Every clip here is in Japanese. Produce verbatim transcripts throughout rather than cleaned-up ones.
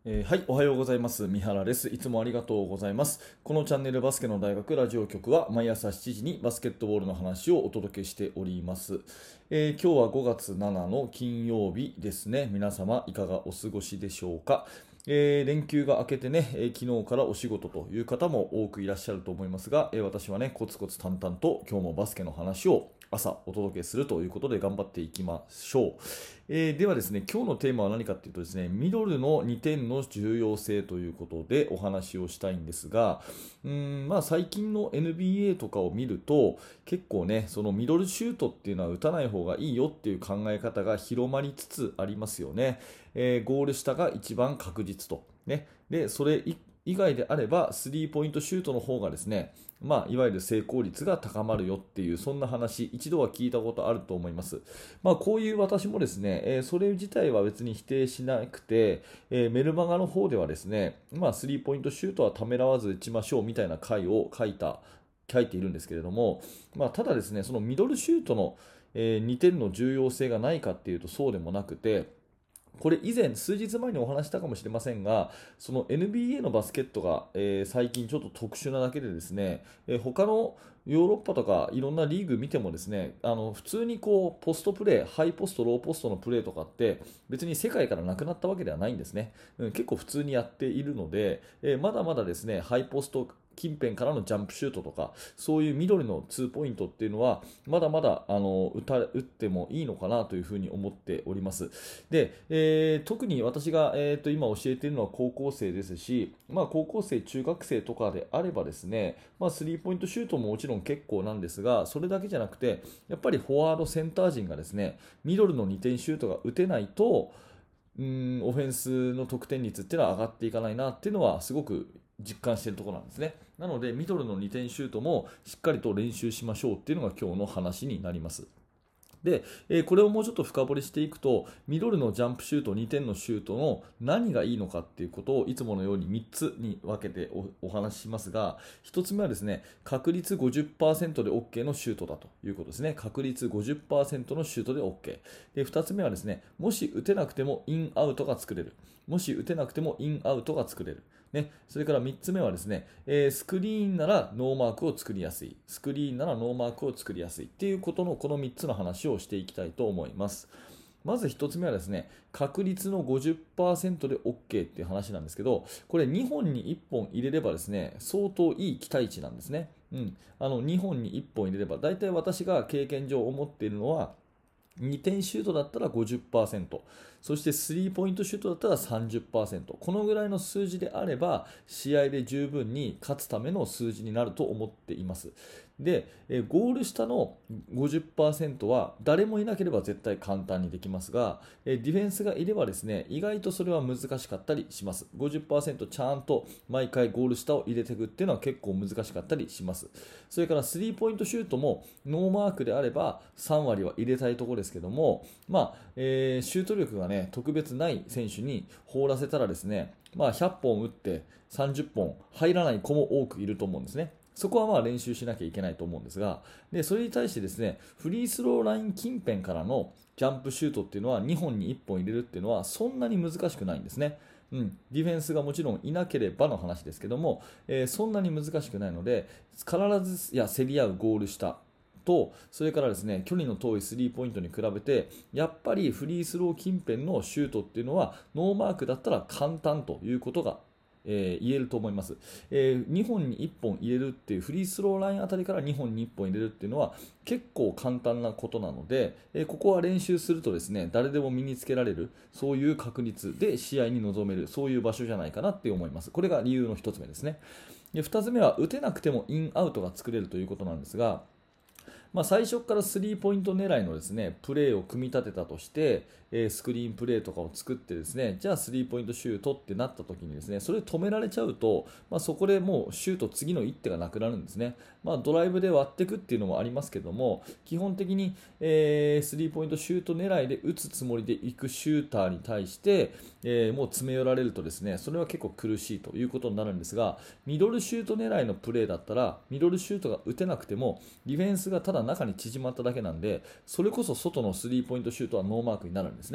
えーはい、おはようございます。三原です。いつもありがとうございます。このチャンネルバスケの大学ラジオ局は毎朝しちじにバスケットボールの話をお届けしております。えー今日はごがつなのかの金曜日ですね。皆様いかがお過ごしでしょうか。えー連休が明けてね、えー昨日からお仕事という方も多くいらっしゃると思いますが、えー私はね、コツコツ淡々と今日もバスケの話を朝お届けするということで頑張っていきましょう。えーではですね、今日のテーマは何かというとですね、ミドルのにてんの重要性ということでお話をしたいんですが、うーん、まあ最近の エヌビーエー とかを見ると、結構ね、そのミドルシュートっていうのは打たない方がいいよっていう考え方が広まりつつありますよね。えーゴール下が一番確実と。ね。で、それ以以外であれば、スリーポイントシュートの方がですね、まあ、いわゆる成功率が高まるよっていう、そんな話、一度は聞いたことあると思います。まあ、こういう私もですね、えーそれ自体は別に否定しなくて、えーメルマガの方ではですね、まあ、スリーポイントシュートはためらわず打ちましょうみたいな回を書いた、書いているんですけれども、まあ、ただですね、そのミドルシュートの、えーにてんの重要性がないかっていうとそうでもなくて、これ以前、数日前にお話したかもしれませんが、その エヌビーエー のバスケットが、えー最近ちょっと特殊なだけでですね、えー他のヨーロッパとかいろんなリーグ見てもですね、あの普通にこうポストプレー、ハイポスト、ローポストのプレーとかって別に世界からなくなったわけではないんですね。うん、結構普通にやっているので、えーまだまだですね、ハイポスト近辺からのジャンプシュートとか、そういう緑のツーポイントっていうのは、まだまだあの打た打ってもいいのかなというふうに思っております。で、えー特に私が、えーと今教えているのは高校生ですし、まあ、高校生、中学生とかであればですね、まあ、スリーポイントシュートももちろん結構なんですが、それだけじゃなくて、やっぱりフォワード、センター陣がですね、ミドルのにてんシュートが打てないと、うーんオフェンスの得点率っていうのは上がっていかないなっていうのはすごく実感しているところなんですね。なので、ミドルのにてんシュートもしっかりと練習しましょうっていうのが今日の話になります。で、えーこれをもうちょっと深掘りしていくと、ミドルのジャンプシュート、にてんのシュートの何がいいのかっていうことをいつものようにみっつに分けておお話ししますが、ひとつめはですね、確率ごじゅっパーセントで OK のシュートだということですね。確率ごじゅっパーセントのシュートで OK。で、ふたつめはですね、もし打てなくてもインアウトが作れる。もし打てなくてもインアウトが作れる。ね、それからみっつめはですね、えースクリーンならノーマークを作りやすい。スクリーンならノーマークを作りやすいっていうことのこのみっつの話をしていきたいと思います。まずひとつめはですね、確率のごじゅっパーセントで OK っていう話なんですけど、これにほんにいっぽん入れればですね、相当いい期待値なんですね。うん。あのにほんにいっぽん入れれば、大体私が経験上思っているのは、にてんシュートだったらごじゅっパーセント、そしてスリーポイントシュートだったらさんじゅっパーセント、このぐらいの数字であれば、試合で十分に勝つための数字になると思っています。で、えゴール下のごじゅっパーセントは誰もいなければ絶対簡単にできますが、えディフェンスがいればですね、意外とそれは難しかったりします。ごじゅっパーセントちゃんと毎回ゴール下を入れていくっていうのは結構難しかったりします。それからスリーポイントシュートもノーマークであればさん割は入れたいところですけども、まあえーシュート力が、ね、特別ない選手に放らせたらですね、まあ、ひゃっぽん打ってさんじゅっぽん入らない子も多くいると思うんですね。そこはまあ練習しなきゃいけないと思うんですが、でそれに対してですね、フリースローライン近辺からのジャンプシュートっていうのはにほんにいっぽん入れるっていうのはそんなに難しくないんですね。うん、ディフェンスがもちろんいなければの話ですけども、えーそんなに難しくないので、必ずいや競り合うゴール下と、それからですね、距離の遠いスリーポイントに比べて、やっぱりフリースロー近辺のシュートっていうのは、ノーマークだったら簡単ということが、えー言えると思います、えーにほんにいっぽん入れるっていうフリースローラインあたりからにほんにいっぽん入れるっていうのは結構簡単なことなので、えーここは練習するとですね、誰でも身につけられる、そういう確率で試合に臨める、そういう場所じゃないかなって思います。これが理由のひとつめですね。でふたつめは打てなくてもインアウトが作れるということなんですが、まあ、最初からスリーポイント狙いのですねプレーを組み立てたとして、えースクリーンプレーとかを作ってですね、じゃあスリーポイントシュートってなった時にですね、それ止められちゃうと、まあ、そこでもうシュート次の一手がなくなるんですね。まあ、ドライブで割っていくっていうのもありますけども、基本的に、えースリーポイントシュート狙いで打つつもりでいくシューターに対して、えーもう詰め寄られるとですね、それは結構苦しいということになるんですが、ミドルシュート狙いのプレーだったらミドルシュートが打てなくてもディフェンスがただ中に縮まっただけなんで、それこそ外のスリーポイントシュートはノーマークになるんですね。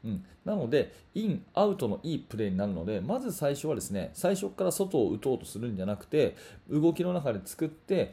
うん、なので、イン、アウトのいいプレーになるので、まず最初はですね、最初から外を打とうとするんじゃなくて、動きの中で作って、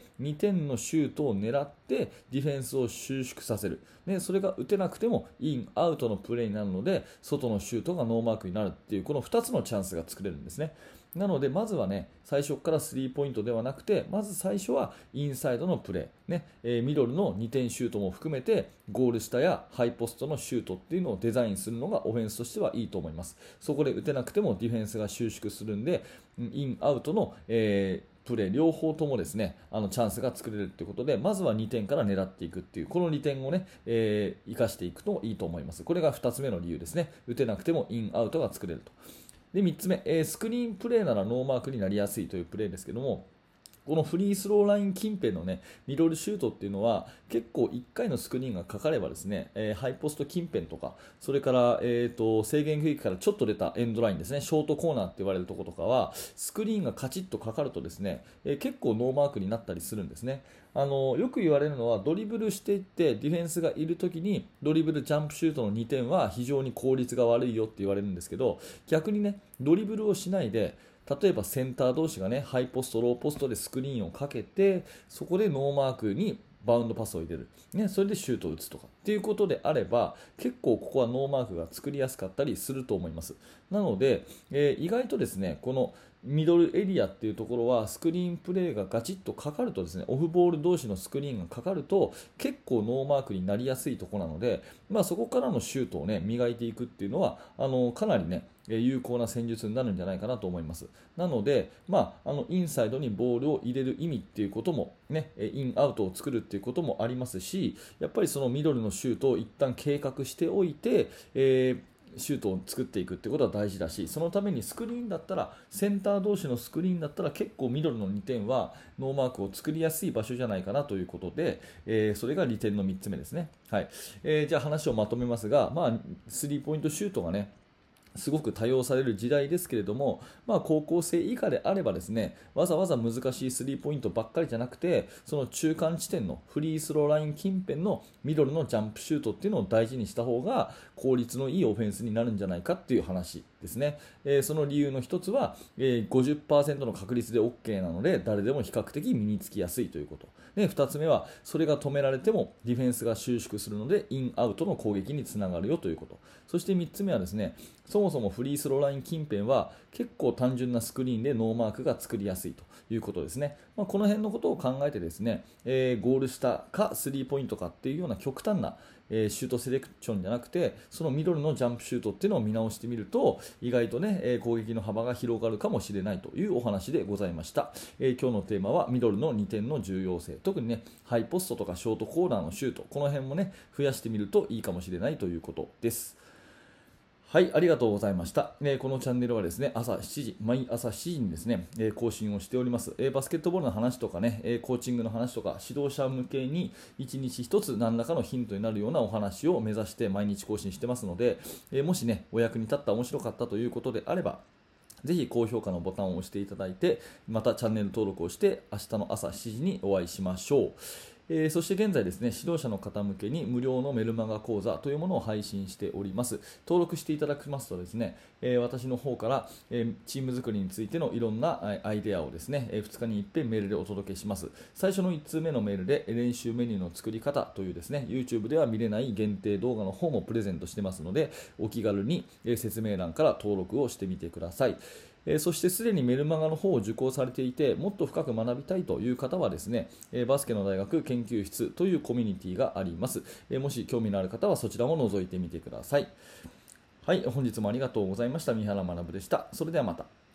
にてんのシュートを狙って、ディフェンスを収縮させる。ね、それが打てなくても、イン、アウトのプレーになるので、外のシュートがノーマークになるっていう、このふたつのチャンスが作れるんですね。なので、まずはね、最初からスリーポイントではなくて、まず最初はインサイドのプレー、ねえーミドルのにてんシュートも含めて、ゴール下やハイポストのシュートっていうのをデザインするのがオフェンスとしてはいいと思います。そこで打てなくてもディフェンスが収縮するんで、イン、アウトの、えープレー両方ともですね、あのチャンスが作れるということで、まずはにてんから狙っていくっていう、このにてんをね、えー、生かしていくといいと思います。これがふたつめの理由ですね。打てなくてもイン、アウトが作れると。で、みっつめ、えースクリーンプレーならノーマークになりやすいというプレーですけども、このフリースローライン近辺のね、ミドルシュートっていうのは、結構いっかいのスクリーンがかかればですね、えーハイポスト近辺とか、それから、えーと、制限区域からちょっと出たエンドラインですね、ショートコーナーって言われるところとかは、スクリーンがカチッとかかるとですね、えー結構ノーマークになったりするんですね。あのよく言われるのは、ドリブルしていってディフェンスがいるときにドリブルジャンプシュートのにてんは非常に効率が悪いよって言われるんですけど、逆にね、ドリブルをしないで、例えばセンター同士がね、ハイポスト、ローポストでスクリーンをかけて、そこでノーマークにバウンドパスを入れる、ね、それでシュートを打つとかっていうことであれば、結構ここはノーマークが作りやすかったりすると思います。なので、えー意外とですね、このミドルエリアっていうところはスクリーンプレーがガチッとかかるとですね、オフボール同士のスクリーンがかかると結構ノーマークになりやすいところなので、まあ、そこからのシュートをね磨いていくっていうのはあのかなりねえー有効な戦術になるんじゃないかなと思います。なので、まあ、あのインサイドにボールを入れる意味っていうことも、ね、えーインアウトを作るっていうこともありますし、やっぱりそのミドルのシュートを一旦計画しておいて、えーシュートを作っていくってことは大事だし、そのためにスクリーンだったら、センター同士のスクリーンだったら結構ミドルのにてんはノーマークを作りやすい場所じゃないかなということで、えーそれが利点のみっつめですね。はい。えーじゃあ話をまとめますが、まあ、スリーポイントシュートがね、すごく多用される時代ですけれども、まあ、高校生以下であればですね、わざわざ難しいスリーポイントばっかりじゃなくて、その中間地点のフリースローライン近辺のミドルのジャンプシュートっていうのを大事にした方が効率のいいオフェンスになるんじゃないかっていう話ですね。えーその理由の一つは、えーごじゅっパーセントの確率で OK なので、誰でも比較的身につきやすいということ。で、ふたつめは、それが止められてもディフェンスが収縮するので、インアウトの攻撃につながるよということ。そしてみっつめはですね、そもそもフリースローライン近辺は結構単純なスクリーンでノーマークが作りやすいということですね。まあ、この辺のことを考えてですね、えーゴール下かスリーポイントかっていうような極端な、えーシュートセレクションじゃなくて、そのミドルのジャンプシュートっていうのを見直してみると、意外とね、えー攻撃の幅が広がるかもしれないというお話でございました。えー今日のテーマはミドルのにてんの重要性、特にね、ハイポストとかショートコーナーのシュート、この辺もね、増やしてみるといいかもしれないということです。はい、ありがとうございました。えーこのチャンネルはですね、朝しちじ、毎朝しちじにですね、えー更新をしております。えーバスケットボールの話とかね、えーコーチングの話とか、指導者向けにいちにちひとつ何らかのヒントになるようなお話を目指して毎日更新してますので、えーもしね、お役に立った、面白かったということであれば、ぜひ高評価のボタンを押していただいて、またチャンネル登録をして、明日の朝しちじにお会いしましょう。えーそして現在ですね、指導者の方向けに無料のメルマガ講座というものを配信しております。登録していただきますとですね、えー私の方から、えーチーム作りについてのいろんなえーアイデアをですね、えーふつかにいっぺんメールでお届けします。最初のいっつうめのメールで練習メニューの作り方というですね、YouTube では見れない限定動画の方もプレゼントしてますので、お気軽にえー説明欄から登録をしてみてください。えーそしてすでにメルマガの方を受講されていて、もっと深く学びたいという方はですね、えーバスケの大学研究室というコミュニティがあります。えーもし興味のある方はそちらも覗いてみてください。はい、本日もありがとうございました。三原学でした。それではまた。